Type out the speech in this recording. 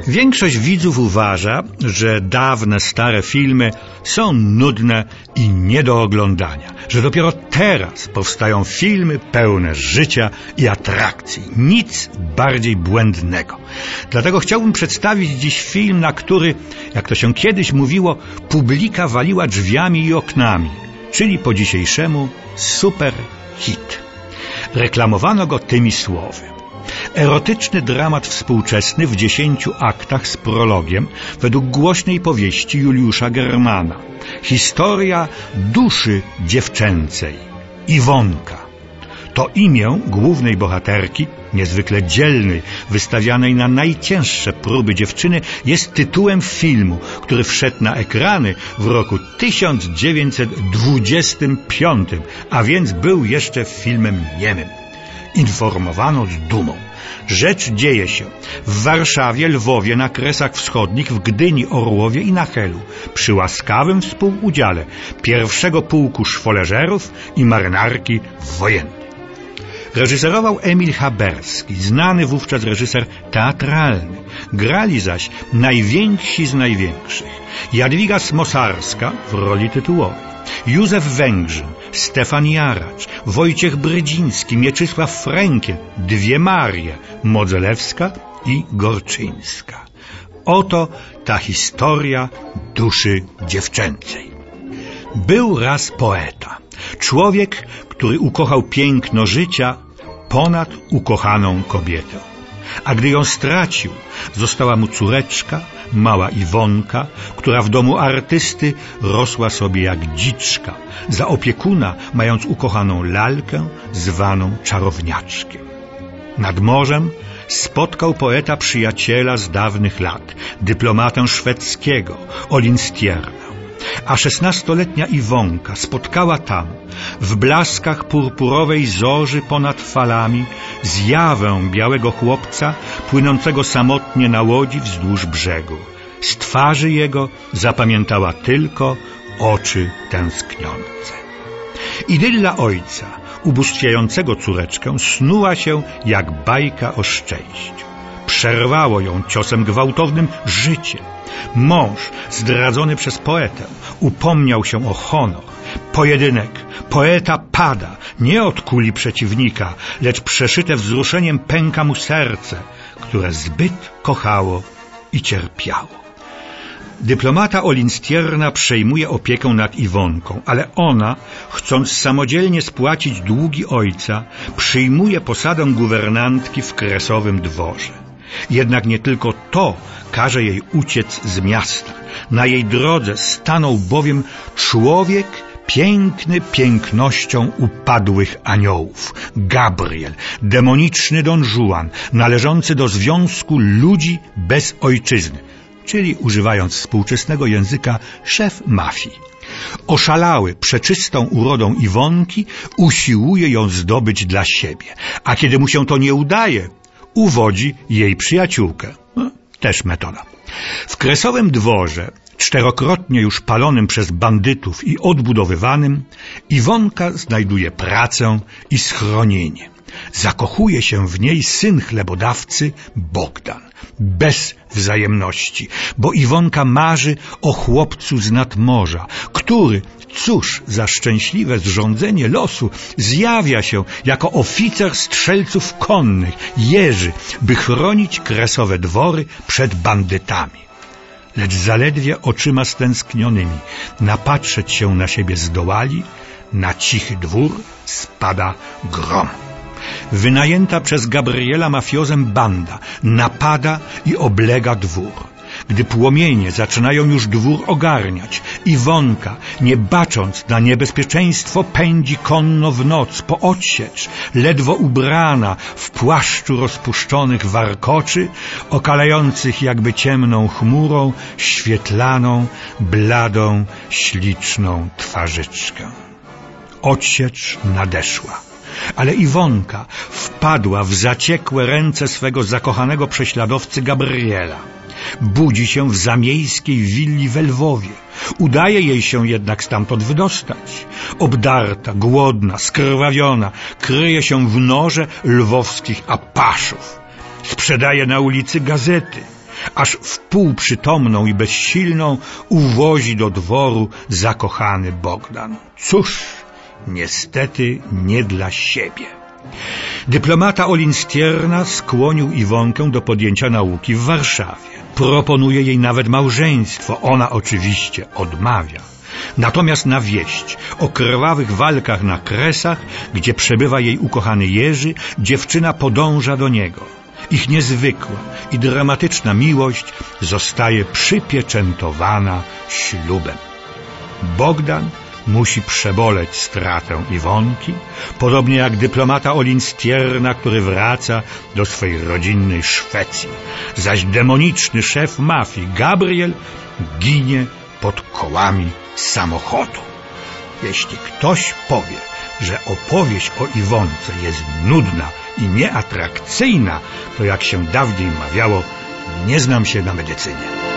Większość widzów uważa, że dawne, stare filmy są nudne i nie do oglądania, że dopiero teraz powstają filmy pełne życia i atrakcji. Nic bardziej błędnego. Dlatego chciałbym przedstawić dziś film, na który, jak to się kiedyś mówiło, publika waliła drzwiami i oknami, czyli po dzisiejszemu super hit. Reklamowano go tymi słowy: erotyczny dramat współczesny w 10 aktach z prologiem według głośnej powieści Juliusza Germana. Historia duszy dziewczęcej. Iwonka. To imię głównej bohaterki, niezwykle dzielnej, wystawianej na najcięższe próby dziewczyny, jest tytułem filmu, który wszedł na ekrany w roku 1925, a więc był jeszcze filmem niemym. Informowano z dumą. Rzecz dzieje się w Warszawie, Lwowie, na Kresach Wschodnich, w Gdyni, Orłowie i na Helu, przy łaskawym współudziale pierwszego pułku szwoleżerów i marynarki wojennej. Reżyserował Emil Haberski, znany wówczas reżyser teatralny. Grali zaś najwięksi z największych: Jadwiga Smosarska w roli tytułowej, Józef Węgrzyn, Stefan Jaracz, Wojciech Brydziński, Mieczysław Frękiel, dwie Marie, Modzelewska i Gorczyńska. Oto ta historia duszy dziewczęcej. Był raz poeta, człowiek, który ukochał piękno życia ponad ukochaną kobietę. A gdy ją stracił, została mu córeczka, mała Iwonka, która w domu artysty rosła sobie jak dziczka, za opiekuna mając ukochaną lalkę zwaną czarowniaczkiem. Nad morzem spotkał poeta przyjaciela z dawnych lat, dyplomatę szwedzkiego, Olinstierna. A 16-letnia Iwonka spotkała tam, w blaskach purpurowej zorzy ponad falami, zjawę białego chłopca płynącego samotnie na łodzi wzdłuż brzegu. Z twarzy jego zapamiętała tylko oczy tęskniące. Idylla ojca, ubóstwiającego córeczkę, snuła się jak bajka o szczęściu. Przerwało ją ciosem gwałtownym życie. Mąż, zdradzony przez poetę, upomniał się o honor. Pojedynek. Poeta pada, nie od kuli przeciwnika, lecz przeszyte wzruszeniem pęka mu serce, które zbyt kochało i cierpiało. Dyplomata Olinstierna przejmuje opiekę nad Iwonką, ale ona, chcąc samodzielnie spłacić długi ojca, przyjmuje posadę guwernantki w kresowym dworze. Jednak nie tylko to każe jej uciec z miasta. Na jej drodze stanął bowiem człowiek piękny pięknością upadłych aniołów. Gabriel, demoniczny Don Juan, należący do związku ludzi bez ojczyzny, czyli, używając współczesnego języka, szef mafii. Oszalały przeczystą urodą Iwonki usiłuje ją zdobyć dla siebie, a kiedy mu się to nie udaje, uwodzi jej przyjaciółkę. Też metoda. W kresowym dworze, czterokrotnie już palonym przez bandytów i odbudowywanym, Iwonka znajduje pracę i schronienie. Zakochuje się w niej syn chlebodawcy Bogdan. Bez wzajemności, bo Iwonka marzy o chłopcu z nadmorza, który, cóż za szczęśliwe zrządzenie losu, zjawia się jako oficer strzelców konnych, Jerzy, by chronić kresowe dwory przed bandytami. Lecz zaledwie oczyma stęsknionymi napatrzeć się na siebie zdołali, na cichy dwór spada grom. Wynajęta przez Gabriela mafiozem banda napada i oblega dwór. Gdy płomienie zaczynają już dwór ogarniać, Iwonka, nie bacząc na niebezpieczeństwo, pędzi konno w noc po odsiecz, ledwo ubrana w płaszczu rozpuszczonych warkoczy, okalających jakby ciemną chmurą świetlaną, bladą, śliczną twarzyczkę. Odsiecz nadeszła. Ale Iwonka wpadła w zaciekłe ręce swego zakochanego prześladowcy Gabriela. Budzi się w zamiejskiej willi w Lwowie. Udaje jej się jednak stamtąd wydostać. Obdarta, głodna, skrwawiona, kryje się w norze lwowskich apaszów. Sprzedaje na ulicy gazety. aż wpółprzytomną i bezsilną uwozi do dworu zakochany Bogdan. Cóż, niestety nie dla siebie. Dyplomata Olinstierna skłonił Iwonkę do podjęcia nauki w Warszawie. Proponuje jej nawet małżeństwo. Ona oczywiście odmawia. Natomiast na wieść o krwawych walkach na Kresach, gdzie przebywa jej ukochany Jerzy, dziewczyna podąża do niego. Ich niezwykła i dramatyczna miłość zostaje przypieczętowana ślubem. Bogdan musi przeboleć stratę Iwonki, podobnie jak dyplomata Olinstierna, który wraca do swej rodzinnej Szwecji, zaś demoniczny szef mafii Gabriel ginie pod kołami samochodu. Jeśli ktoś powie, że opowieść o Iwonce jest nudna i nieatrakcyjna, to jak się dawniej mawiało, nie znam się na medycynie.